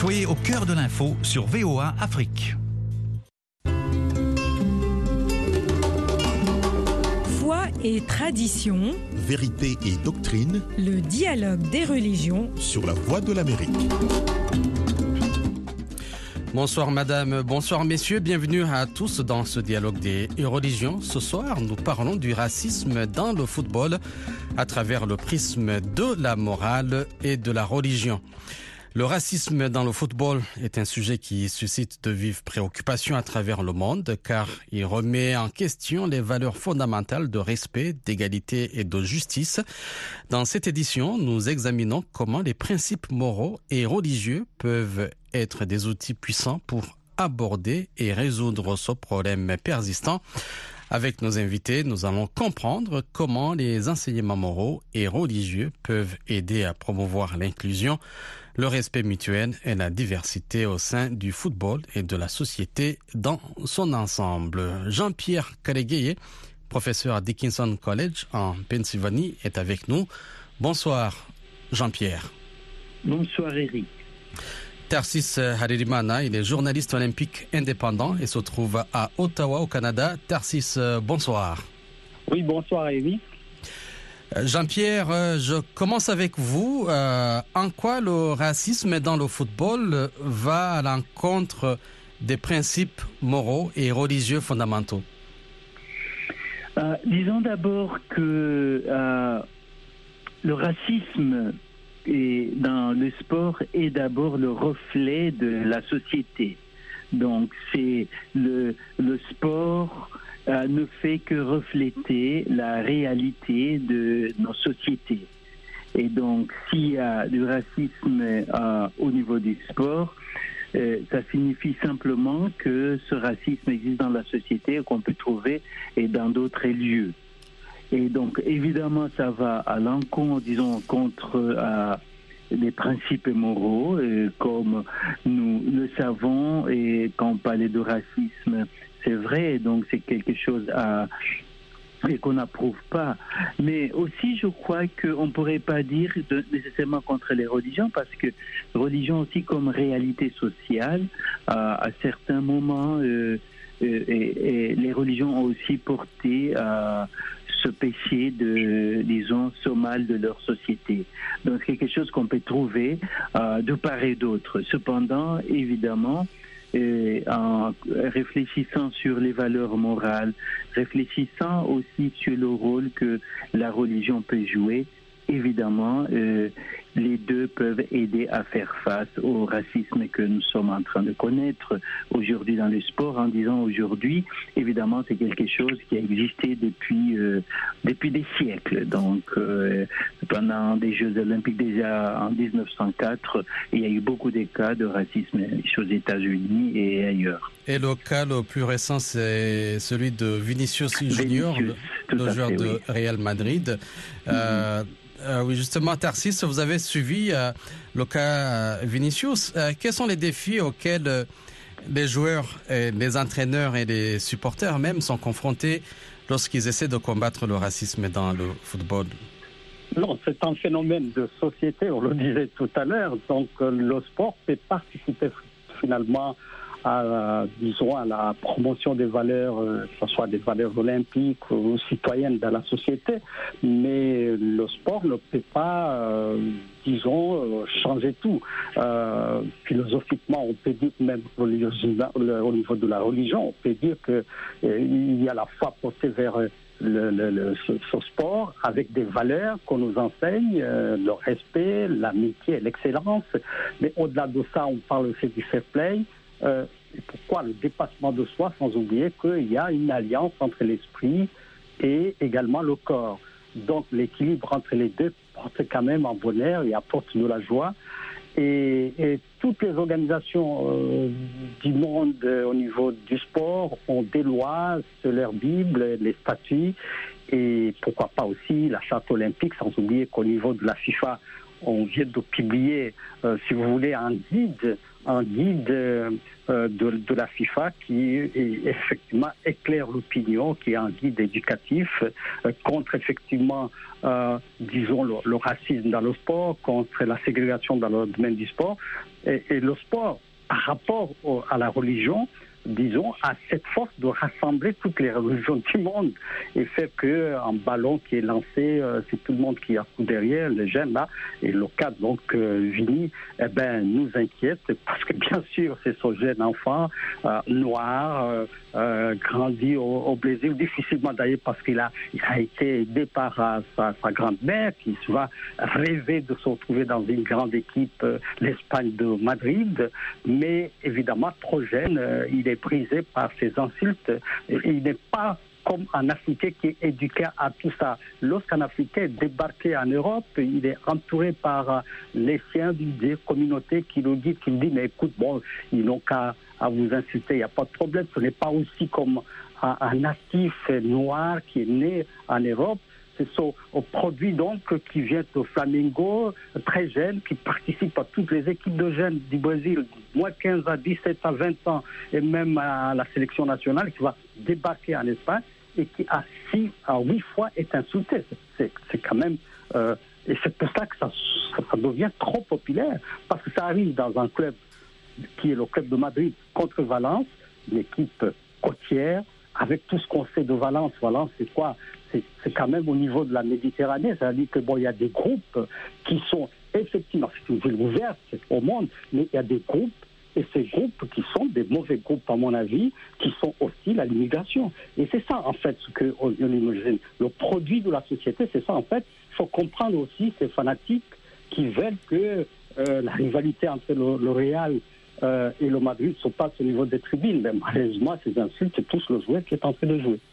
Soyez au cœur de l'info sur VOA Afrique. Foi et tradition, vérité et doctrine, le dialogue des religions sur la Voix de l'Amérique. Bonsoir madame, bonsoir messieurs, bienvenue à tous dans ce dialogue des religions. Ce soir, nous parlons du racisme dans le football à travers le prisme de la morale et de la religion. Le racisme dans le football est un sujet qui suscite de vives préoccupations à travers le monde car il remet en question les valeurs fondamentales de respect, d'égalité et de justice. Dans cette édition, nous examinons comment les principes moraux et religieux peuvent être des outils puissants pour aborder et résoudre ce problème persistant. Avec nos invités, nous allons comprendre comment les enseignements moraux et religieux peuvent aider à promouvoir l'inclusion, le respect mutuel et la diversité au sein du football et de la société dans son ensemble. Jean-Pierre Karegueye, professeur à Dickinson College en Pennsylvanie, est avec nous. Bonsoir Jean-Pierre. Bonsoir Eric. Tarsis Haririmana, il est journaliste olympique indépendant et se trouve à Ottawa au Canada. Tarsis, bonsoir. Oui, bonsoir Eric. Jean-Pierre, je commence avec vous. En quoi le racisme dans le football va à l'encontre des principes moraux et religieux fondamentaux? Disons d'abord que le racisme dans le sport est d'abord le reflet de la société. Donc c'est le sport ne fait que refléter la réalité de nos sociétés. Et donc, s'il y a du racisme au niveau du sport, ça signifie simplement que ce racisme existe dans la société et qu'on peut trouver et dans d'autres lieux. Et donc, évidemment, ça va à l'encontre, disons, contre des principes moraux, comme nous le savons, et quand on parlait de racisme, c'est vrai, donc c'est quelque chose et qu'on n'approuve pas. Mais aussi, je crois qu'on ne pourrait pas dire nécessairement contre les religions, parce que religion aussi comme réalité sociale, à certains moments, et les religions ont aussi porté ce péché disons, ce mal de leur société. Donc c'est quelque chose qu'on peut trouver de part et d'autre. Cependant, évidemment, en réfléchissant sur les valeurs morales, réfléchissant aussi sur le rôle que la religion peut jouer, évidemment, les deux peuvent aider à faire face au racisme que nous sommes en train de connaître aujourd'hui dans le sport. En disant aujourd'hui, évidemment, c'est quelque chose qui a existé depuis des siècles. Donc, pendant des Jeux Olympiques déjà en 1904, il y a eu beaucoup de cas de racisme aux États-Unis et ailleurs. Et le cas le plus récent, c'est celui de Vinicius Junior, le joueur de Real Madrid. Oui, justement, Tarsis, vous avez suivi le cas Vinicius. Quels sont les défis auxquels les joueurs, les entraîneurs et les supporters même sont confrontés lorsqu'ils essaient de combattre le racisme dans le football? Non, c'est un phénomène de société, on le disait tout à l'heure. Donc le sport peut participer finalement à la promotion des valeurs, que ce soit des valeurs olympiques ou citoyennes dans la société, mais le sport ne peut pas, changer tout. Philosophiquement, on peut dire, même au niveau de la religion, on peut dire qu'il y a la foi portée vers ce sport avec des valeurs qu'on nous enseigne, le respect, l'amitié, l'excellence. Mais au-delà de ça, on parle aussi du fair play. Pourquoi le dépassement de soi, sans oublier qu'il y a une alliance entre l'esprit et également le corps. Donc l'équilibre entre les deux porte quand même en bonheur et apporte de la joie. Et toutes les organisations du monde au niveau du sport ont des lois sur leur Bible, les statuts, et pourquoi pas aussi la charte olympique, sans oublier qu'au niveau de la FIFA, on vient de publier, si vous voulez, un guide de la FIFA qui effectivement éclaire l'opinion, qui est un guide éducatif contre effectivement, disons, le racisme dans le sport, contre la ségrégation dans le domaine du sport. Et le sport, par rapport à la religion, disons, a cette force de rassembler toutes les religions du monde et fait qu'un ballon qui est lancé, c'est tout le monde qui accourt derrière, les jeunes là, et le cas donc Vini, nous inquiète parce que bien sûr c'est ce jeune enfant noir, grandi au Brésil, difficilement d'ailleurs parce qu'il a été aidé par sa grand-mère qui va rêver de se retrouver dans une grande équipe, l'Espagne de Madrid, mais évidemment trop jeune, il est brisé par ces insultes. Il n'est pas comme un Africain qui est éduqué à tout ça. Lorsqu'un Africain est débarqué en Europe, il est entouré par les siens des communautés qui le guident, qui lui disent mais écoute, bon, ils n'ont qu'à vous insulter, il n'y a pas de problème. Ce n'est pas aussi comme un natif noir qui est né en Europe. C'est ce produit donc qui vient au Flamengo, très jeune, qui participe à toutes les équipes de jeunes du Brésil, moins 15 à 17 à 20 ans, et même à la sélection nationale, qui va débarquer en Espagne et qui a 6 à 8 fois est insulté. C'est quand même... et c'est pour ça que ça devient trop populaire, parce que ça arrive dans un club qui est le club de Madrid contre Valence, une équipe côtière, avec tout ce qu'on sait de Valence. Valence, c'est quoi ? C'est quand même au niveau de la Méditerranée. Ça veut dire que bon, il y a des groupes qui sont effectivement, c'est une ville ouverte au monde, mais il y a des groupes, et ces groupes qui sont des mauvais groupes, à mon avis, qui sont hostiles à l'immigration. Et c'est ça, en fait, ce que le produit de la société, c'est ça, en fait. Il faut comprendre aussi ces fanatiques qui veulent que la rivalité entre le Real et le Madrid se passe au niveau des tribunes. Mais malheureusement, ces insultes touchent le joueur qui est en train de jouer.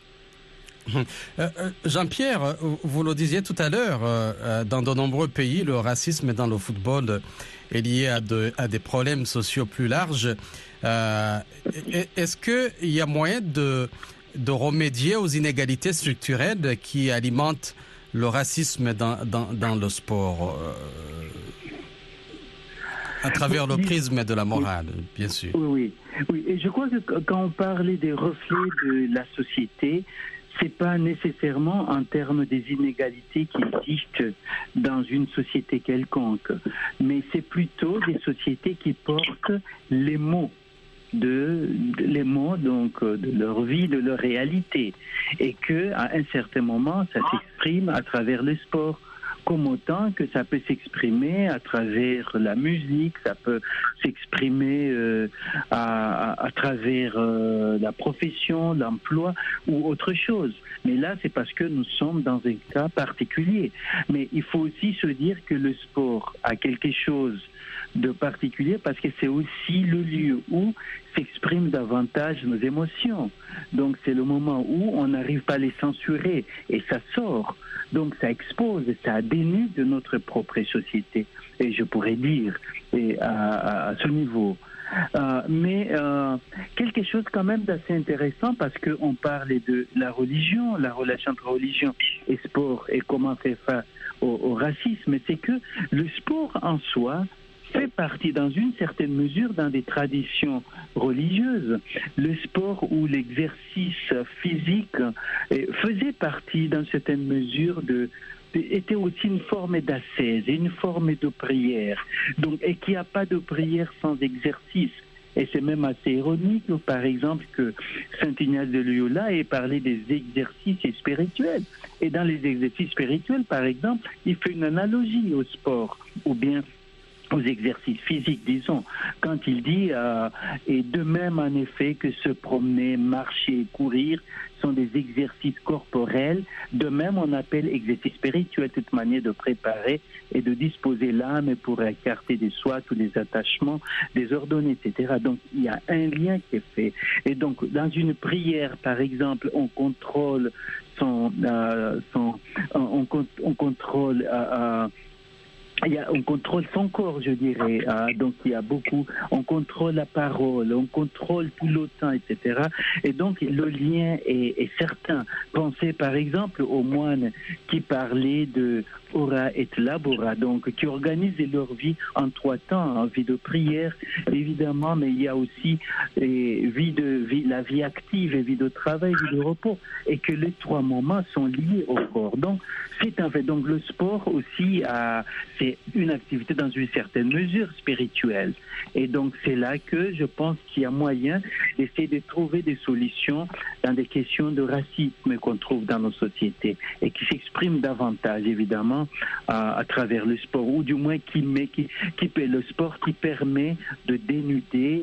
Jean-Pierre, vous le disiez tout à l'heure, dans de nombreux pays, le racisme dans le football est lié à des problèmes sociaux plus larges. Est-ce qu'il y a moyen de remédier aux inégalités structurelles qui alimentent le racisme dans le sport à travers le prisme de la morale, bien sûr? Oui. Et je crois que quand on parlait des reflets de la société, c'est pas nécessairement en termes des inégalités qui existent dans une société quelconque, mais c'est plutôt des sociétés qui portent les mots donc de leur vie, de leur réalité, et que à un certain moment ça s'exprime à travers le sport. Comme autant que ça peut s'exprimer à travers la musique, ça peut s'exprimer à travers la profession, l'emploi ou autre chose. Mais là, c'est parce que nous sommes dans un cas particulier. Mais il faut aussi se dire que le sport a quelque chose de particulier parce que c'est aussi le lieu où s'expriment davantage nos émotions. Donc c'est le moment où on n'arrive pas à les censurer et ça sort. Donc ça expose, ça dénude de notre propre société. Et je pourrais dire à ce niveau. Mais quelque chose quand même d'assez intéressant parce qu'on parlait de la religion, la relation entre religion et sport et comment faire face au racisme. C'est que le sport en soi fait partie dans une certaine mesure dans des traditions religieuses. Le sport ou l'exercice physique faisait partie dans certaine mesure était aussi une forme d'ascèse, une forme de prière. Donc, et qu'il n'y a pas de prière sans exercice. Et c'est même assez ironique, par exemple, que Saint Ignace de Loyola ait parlé des exercices spirituels. Et dans les exercices spirituels, par exemple, il fait une analogie au sport, ou bien aux exercices physiques, disons, quand il dit et de même en effet que se promener, marcher, courir sont des exercices corporels, de même on appelle exercice spirituel toute manière de préparer et de disposer l'âme pour écarter des soi tous les attachements désordonnés, etc. Donc il y a un lien qui est fait. Et donc dans une prière, par exemple, on contrôle on contrôle on contrôle son corps, je dirais. Donc il y a beaucoup, on contrôle la parole, on contrôle tout le temps, etc. Et donc le lien est certain. Pensez par exemple aux moines qui parlaient de Ora et Labora, donc qui organisent leur vie en 3 temps, en vie de prière, évidemment, mais il y a aussi la vie active, vie de travail, vie de repos, et que les 3 moments sont liés au corps. Donc c'est un fait. Donc le sport aussi, c'est une activité dans une certaine mesure spirituelle. Et donc c'est là que je pense qu'il y a moyen d'essayer de trouver des solutions dans des questions de racisme qu'on trouve dans nos sociétés et qui s'expriment davantage évidemment à travers le sport, ou du moins le sport qui permet de dénuder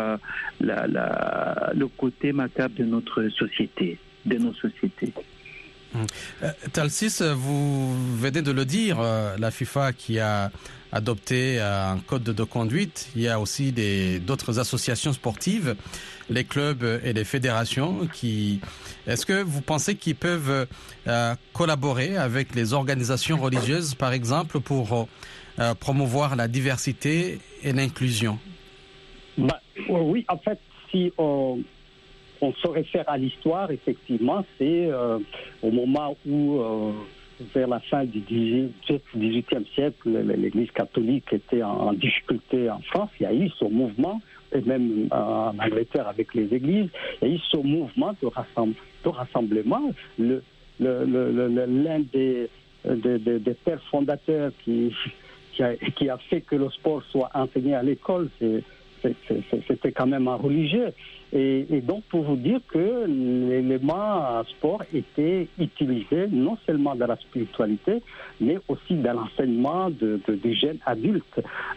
le côté macabre de notre société, de nos sociétés. Talsis, vous venez de le dire, la FIFA qui a adopté un code de conduite, il y a aussi d'autres associations sportives, les clubs et les fédérations est-ce que vous pensez qu'ils peuvent collaborer avec les organisations religieuses, par exemple, pour promouvoir la diversité et l'inclusion? Oui, en fait, si on se réfère à l'histoire, effectivement, c'est au moment où, vers la fin du XVIIIe siècle, l'Église catholique était en difficulté en France. Il y a eu ce mouvement, et même en Angleterre avec les églises, il y a eu ce mouvement de rassemblement. L'un des pères fondateurs qui a fait que le sport soit enseigné à l'école, c'était quand même un religieux. Et donc, pour vous dire que l'élément sport était utilisé non seulement dans la spiritualité, mais aussi dans l'enseignement des jeunes adultes.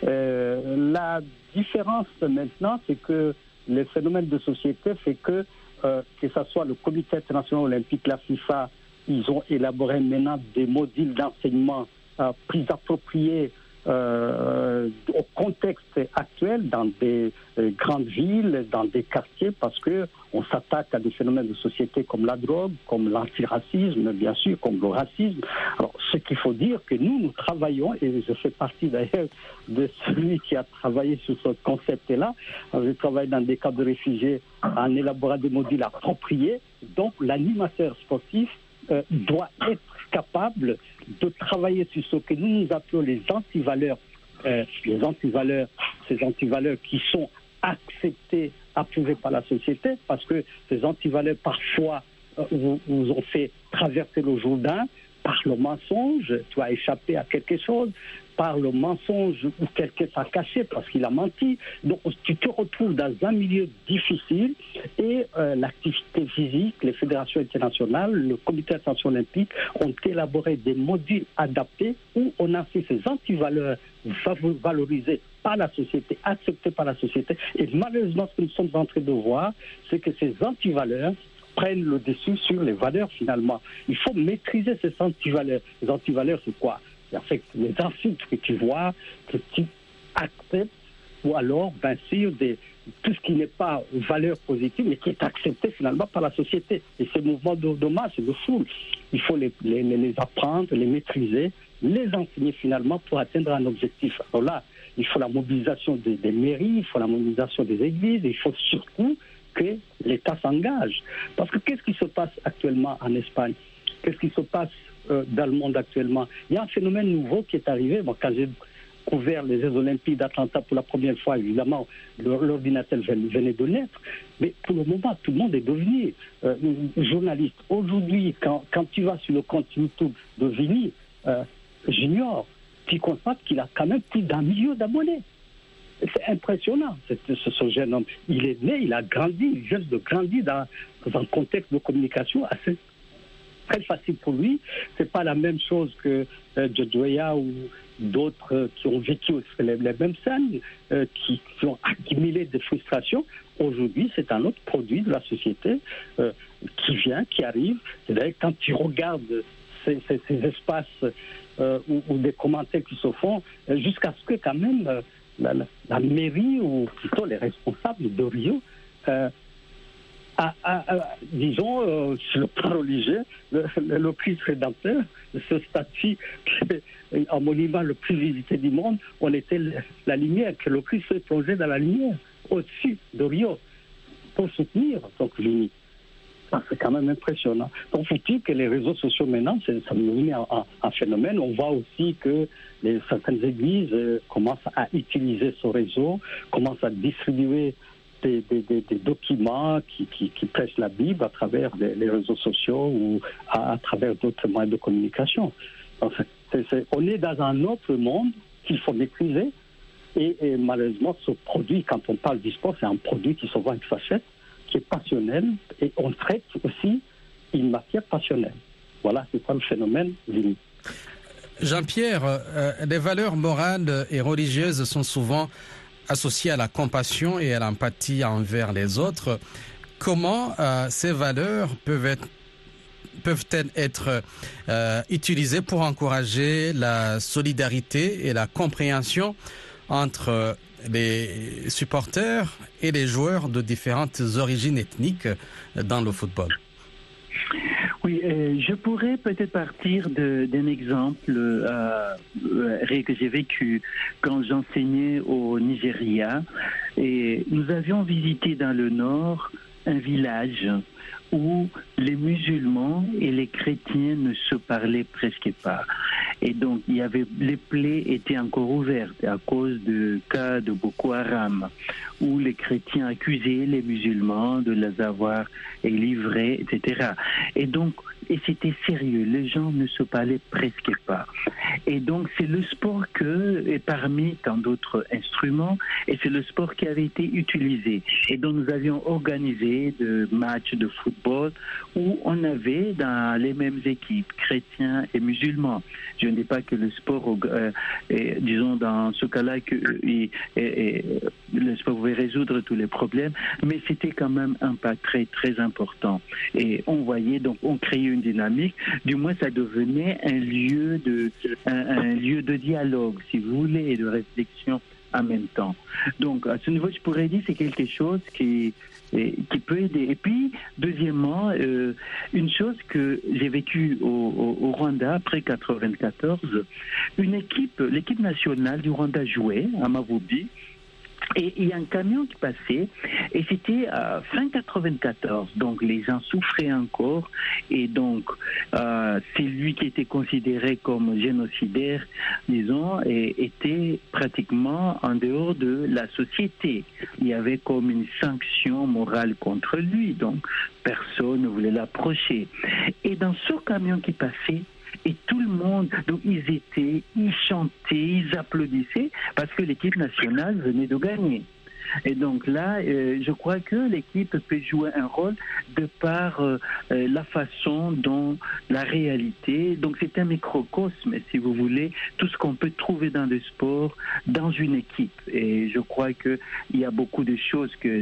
La différence maintenant, c'est que le phénomène de société fait que ce soit le Comité international olympique, la FIFA, ils ont élaboré maintenant des modules d'enseignement plus appropriés au contexte actuel dans des grandes villes, dans des quartiers, parce que on s'attaque à des phénomènes de société comme la drogue, comme l'antiracisme, bien sûr, comme le racisme. Alors, ce qu'il faut dire, que nous travaillons, et je fais partie d'ailleurs de celui qui a travaillé sur ce concept-là. Je travaille dans des camps de réfugiés en élaborant des modules appropriés. Donc, l'animateur sportif doit être capable de travailler sur ce que nous appelons les antivaleurs. Ces antivaleurs qui sont acceptées, approuvées par la société, parce que ces antivaleurs, parfois, vous ont fait traverser le Jourdain par le mensonge, tu as échappé à quelque chose, par le mensonge où quelqu'un s'est caché parce qu'il a menti. Donc tu te retrouves dans un milieu difficile et l'activité physique, les fédérations internationales, le Comité international olympique ont élaboré des modules adaptés où on a fait ces antivaleurs valorisées par la société, acceptées par la société. Et malheureusement, ce que nous sommes en train de voir, c'est que ces antivaleurs prennent le dessus sur les valeurs finalement. Il faut maîtriser ces antivaleurs. Les antivaleurs, c'est quoi? En fait, les insultes que tu vois, que tu acceptes, ou alors, bien sûr, tout ce qui n'est pas valeur positive, mais qui est accepté finalement par la société. Et ces mouvements de masse et de foule, il faut les apprendre, les maîtriser, les enseigner finalement pour atteindre un objectif. Alors là, il faut la mobilisation des mairies, il faut la mobilisation des églises, il faut surtout que l'État s'engage. Parce que qu'est-ce qui se passe actuellement en Espagne? Qu'est-ce qui se passe dans le monde actuellement? Il y a un phénomène nouveau qui est arrivé. Bon, quand j'ai couvert les Jeux Olympiques d'Atlanta pour la première fois, évidemment, l'ordinateur venait de naître. Mais pour le moment, tout le monde est devenu journaliste. Aujourd'hui, quand tu vas sur le compte YouTube de Vini Junior, tu constates qu'il a quand même plus d'1 million d'abonnés. C'est impressionnant, ce jeune homme. Il est né, il a grandi, il vient de grandir dans un contexte de communication assez très facile pour lui. C'est pas la même chose que Jojoya ou d'autres qui ont vécu les mêmes scènes, qui ont accumulé des frustrations. Aujourd'hui, c'est un autre produit de la société qui vient, qui arrive. Et d'ailleurs, quand tu regardes ces espaces ou des commentaires qui se font, jusqu'à ce que quand même la mairie, ou plutôt les responsables de Rio, Disons, sur le plan religieux, le Christ rédempteur, ce statut en monument le plus visité du monde, on était la lumière, que le Christ s'est plongé dans la lumière, au-dessus de Rio, pour soutenir donc l'uni. C'est quand même impressionnant. Donc, faut-il que les réseaux sociaux maintenant, ça devient un phénomène. On voit aussi que certaines églises commencent à utiliser ce réseau, commencent à distribuer des documents qui prêchent la Bible à travers les réseaux sociaux ou à travers d'autres moyens de communication. Donc, on est dans un autre monde qu'il faut maîtriser. Et malheureusement, ce produit, quand on parle du sport, c'est un produit qui se vend avec s'achète, qui est passionnel, et on traite aussi une matière passionnelle. Voilà, c'est quoi le phénomène Vini. Jean-Pierre, les valeurs morales et religieuses sont souvent associées à la compassion et à l'empathie envers les autres. Comment ces valeurs peuvent-elles être utilisées pour encourager la solidarité et la compréhension entre les supporters et les joueurs de différentes origines ethniques dans le football? Oui, je pourrais peut-être partir d'un exemple que j'ai vécu quand j'enseignais au Nigeria. Et nous avions visité dans le nord un village où les musulmans et les chrétiens ne se parlaient presque pas. Et donc, les plaies étaient encore ouvertes à cause du cas de Boko Haram, où les chrétiens accusaient les musulmans de les avoir livrés, etc. Et c'était sérieux, les gens ne se parlaient presque pas. Et donc, c'est le sport et parmi tant d'autres instruments, et c'est le sport qui avait été utilisé. Et donc, nous avions organisé des matchs de football où on avait dans les mêmes équipes, chrétiens et musulmans. Je ne dis pas que le sport, disons dans ce cas-là, que le sport pouvait résoudre tous les problèmes, mais c'était quand même un pas très, très important. Et on voyait, donc, on créait une dynamique, du moins ça devenait un lieu de dialogue, si vous voulez, et de réflexion en même temps. Donc, à ce niveau, je pourrais dire que c'est quelque chose qui peut aider. Et puis, deuxièmement, une chose que j'ai vécue au Rwanda après 1994, l'équipe nationale du Rwanda jouait à Mavubi. Et il y a un camion qui passait, et c'était fin 1994, donc les gens souffraient encore, et donc c'est lui qui était considéré comme génocidaire, disons, et était pratiquement en dehors de la société. Il y avait comme une sanction morale contre lui, donc personne ne voulait l'approcher. Et dans ce camion qui passait, et tout le monde, donc ils chantaient, ils applaudissaient parce que l'équipe nationale venait de gagner. Et donc là, je crois que l'équipe peut jouer un rôle de par la façon dont la réalité, donc c'est un microcosme, si vous voulez, tout ce qu'on peut trouver dans le sport, dans une équipe. Et je crois qu'il y a beaucoup de choses que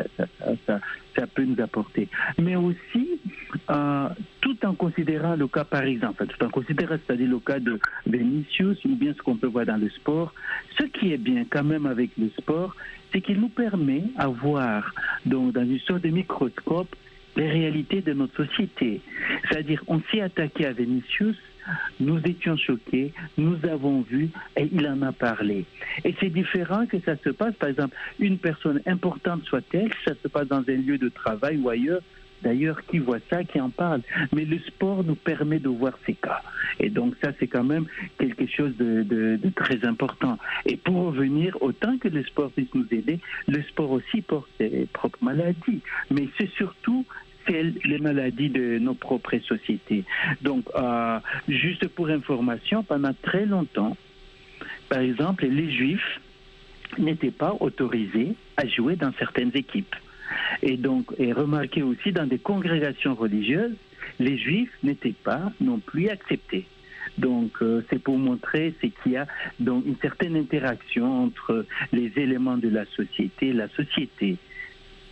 ça peut nous apporter. Mais aussi, tout en considérant le cas, par exemple, c'est-à-dire le cas de Vinicius, ou bien ce qu'on peut voir dans le sport, ce qui est bien quand même avec le sport, c'est qu'il nous permet à voir, donc, dans une sorte de microscope, les réalités de notre société. C'est-à-dire, on s'est attaqué à Vinicius, nous étions choqués, nous avons vu, et il en a parlé. Et c'est différent que ça se passe, par exemple, une personne importante soit-elle, ça se passe dans un lieu de travail ou ailleurs, d'ailleurs, qui voit ça, qui en parle. Mais le sport nous permet de voir ces cas. Et donc ça, c'est quand même quelque chose de très important. Et pour revenir, autant que le sport puisse nous aider, le sport aussi porte ses propres maladies. Mais c'est surtout les maladies de nos propres sociétés. Donc, juste pour information, pendant très longtemps, par exemple, les Juifs n'étaient pas autorisés à jouer dans certaines équipes. Et donc, remarquez aussi, dans des congrégations religieuses, les Juifs n'étaient pas non plus acceptés. Donc, c'est pour montrer qu'il y a donc une certaine interaction entre les éléments de la société et la société.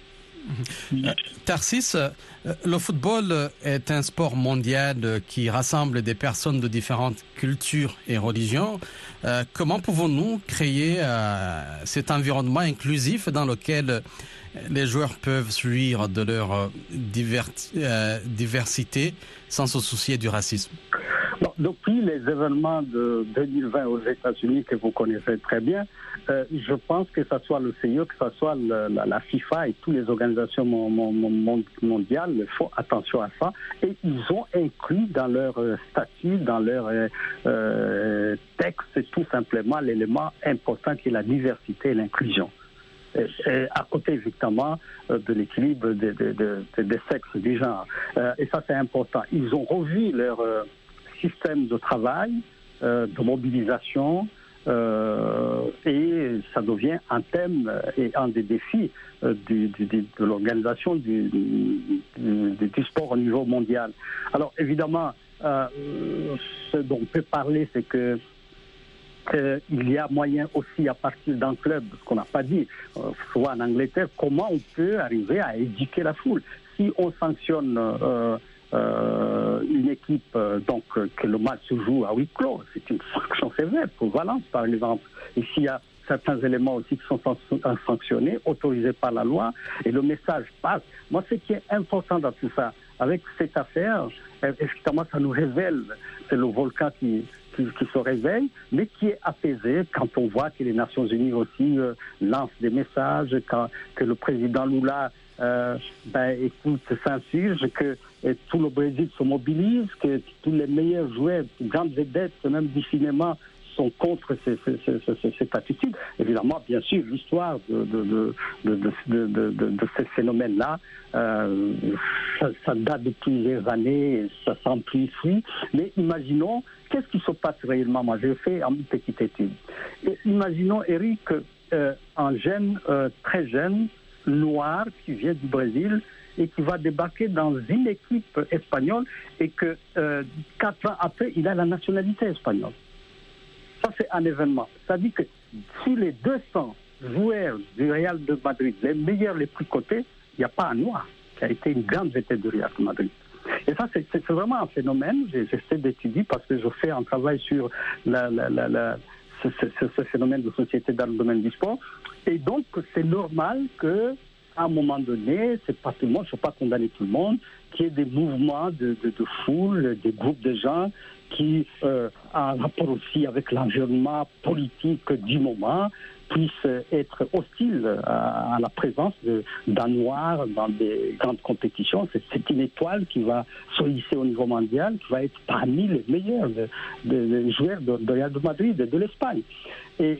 Tarsis, le football est un sport mondial qui rassemble des personnes de différentes cultures et religions. Comment pouvons-nous créer cet environnement inclusif dans lequel les joueurs peuvent jouir de leur diversité sans se soucier du racisme? Depuis les événements de 2020 aux États-Unis que vous connaissez très bien, je pense que ce soit le CIO, que ce soit la FIFA et toutes les organisations mondiales font attention à ça et ils ont inclus dans leur statut, dans leur texte, tout simplement l'élément important qui est la diversité et l'inclusion. À côté, évidemment, de l'équilibre des sexes, du genre. Et ça, c'est important. Ils ont revu leur système de travail, de mobilisation, et ça devient un thème et un des défis de l'organisation du sport au niveau mondial. Alors, évidemment, ce dont on peut parler, c'est que il y a moyen aussi à partir d'un club, ce qu'on n'a pas dit, soit en Angleterre, comment on peut arriver à éduquer la foule. Si on sanctionne une équipe, donc que le match se joue à huis clos, c'est une sanction sévère pour Valence par exemple. Et s'il y a certains éléments aussi qui sont sanctionnés, autorisés par la loi, et le message passe. Moi, ce qui est important dans tout ça, avec cette affaire, effectivement, ça nous révèle, c'est le volcan qui se réveille, mais qui est apaisé quand on voit que les Nations Unies aussi lancent des messages, que le président Lula écoute, s'insurge, que tout le Brésil se mobilise, que tous les meilleurs joueurs, grandes vedettes, même du cinéma, sont contre cette attitude. Évidemment, bien sûr, l'histoire de ces phénomènes-là, ça date de plusieurs années, ça s'amplifie. Mais imaginons, qu'est-ce qui se passe réellement? Moi, j'ai fait une petite étude. Et imaginons, Eric, un jeune, très jeune, noir, qui vient du Brésil et qui va débarquer dans une équipe espagnole et que 4 ans après, il a la nationalité espagnole. Ça, c'est un événement. C'est-à-dire que sur les 200 joueurs du Real de Madrid, les meilleurs, les plus cotés, il n'y a pas un noir qui a été une grande vedette du Real de Madrid. Et ça, c'est vraiment un phénomène. J'essaie d'étudier parce que je fais un travail sur ce phénomène de société dans le domaine du sport. Et donc, c'est normal que à un moment donné, c'est pas tout le monde, il ne faut pas condamner tout le monde, qu'il y ait des mouvements de foule, des groupes de gens qui, en rapport aussi avec l'environnement politique du moment, puissent être hostiles à la présence d'un noir dans des grandes compétitions. C'est une étoile qui va se hisser au niveau mondial, qui va être parmi les meilleurs des joueurs de Real de Madrid et de l'Espagne. Et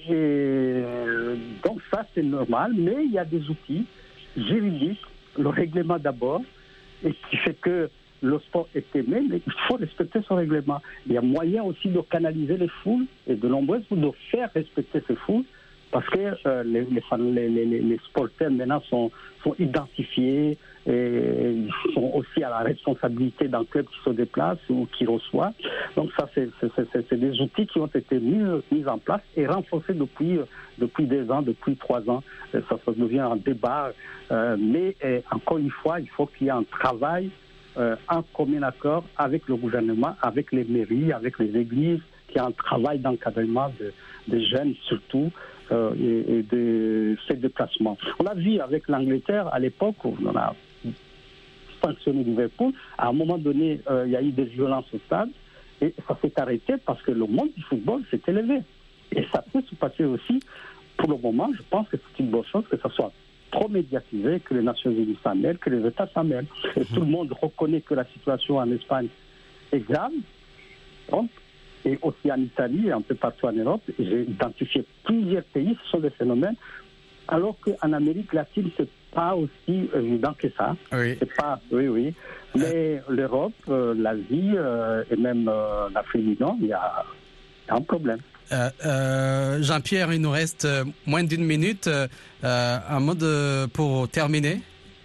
donc ça, c'est normal, mais il y a des outils juridiques, le règlement d'abord, et qui fait que le sport est aimé, mais il faut respecter ce règlement. Il y a moyen aussi de canaliser les foules et de nombreuses foules, de faire respecter ces foules, parce que les sporteurs maintenant sont identifiés et ils sont aussi à la responsabilité d'un club qui se déplace ou qui reçoit. Donc ça, c'est des outils qui ont été mis en place et renforcés depuis 2 ans, depuis 3 ans. Ça devient un débat. Mais encore une fois, il faut qu'il y ait un travail en commun accord avec le gouvernement, avec les mairies, avec les églises, qu'il y ait un travail d'encadrement des jeunes surtout, et de ces déplacements. On l'a vu avec l'Angleterre à l'époque où on a sanctionné Liverpool. À un moment donné, il y a eu des violences au stade et ça s'est arrêté parce que le monde du football s'est élevé. Et ça peut se passer aussi, pour le moment, je pense que c'est une bonne chose que ça soit trop médiatisé, que les Nations Unies s'en mêlent, que les États s'en mêlent. Et tout le monde reconnaît que la situation en Espagne est grave. Donc, et aussi en Italie et un peu partout en Europe. J'ai identifié plusieurs pays, ce sont des phénomènes, alors qu'en Amérique latine, c'est pas aussi évident que ça. Oui. C'est pas, oui. Mais l'Europe, l'Asie et même l'Afrique du Nord, il y a un problème. Jean-Pierre, il nous reste moins d'1 minute. Un mot pour terminer.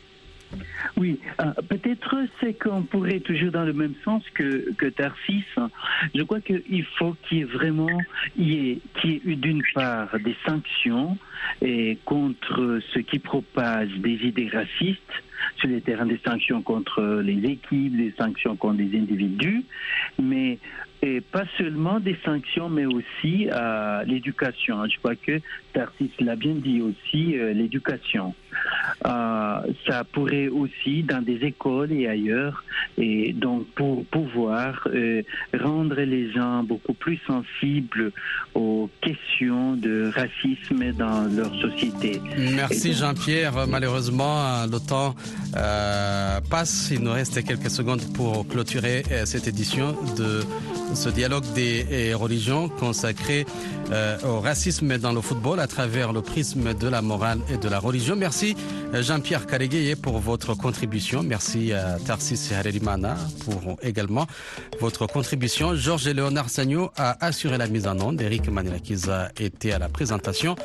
Oui, peut-être c'est qu'on pourrait toujours dans le même sens que Tarsis. Je crois qu'il faut qu'il y ait eu d'une part des sanctions contre ceux qui propagent des idées racistes sur les terrains, des sanctions contre les équipes, des sanctions contre des individus, mais pas seulement des sanctions, mais aussi l'éducation. Je crois que Tarsis l'a bien dit aussi, l'éducation. Ça pourrait aussi dans des écoles et ailleurs, et donc pour pouvoir rendre les gens beaucoup plus sensibles aux questions de racisme dans leur société. Merci Jean-Pierre. Malheureusement, le temps passe. Il nous reste quelques secondes pour clôturer cette édition de ce dialogue des religions consacré au racisme dans le football à travers le prisme de la morale et de la religion. Merci Jean-Pierre Karegueye pour votre contribution. Merci à Tarsis Harerimana pour également votre contribution. Georges et Léonard Sagno a assuré la mise en onde. Eric Manilakiza était à la présentation.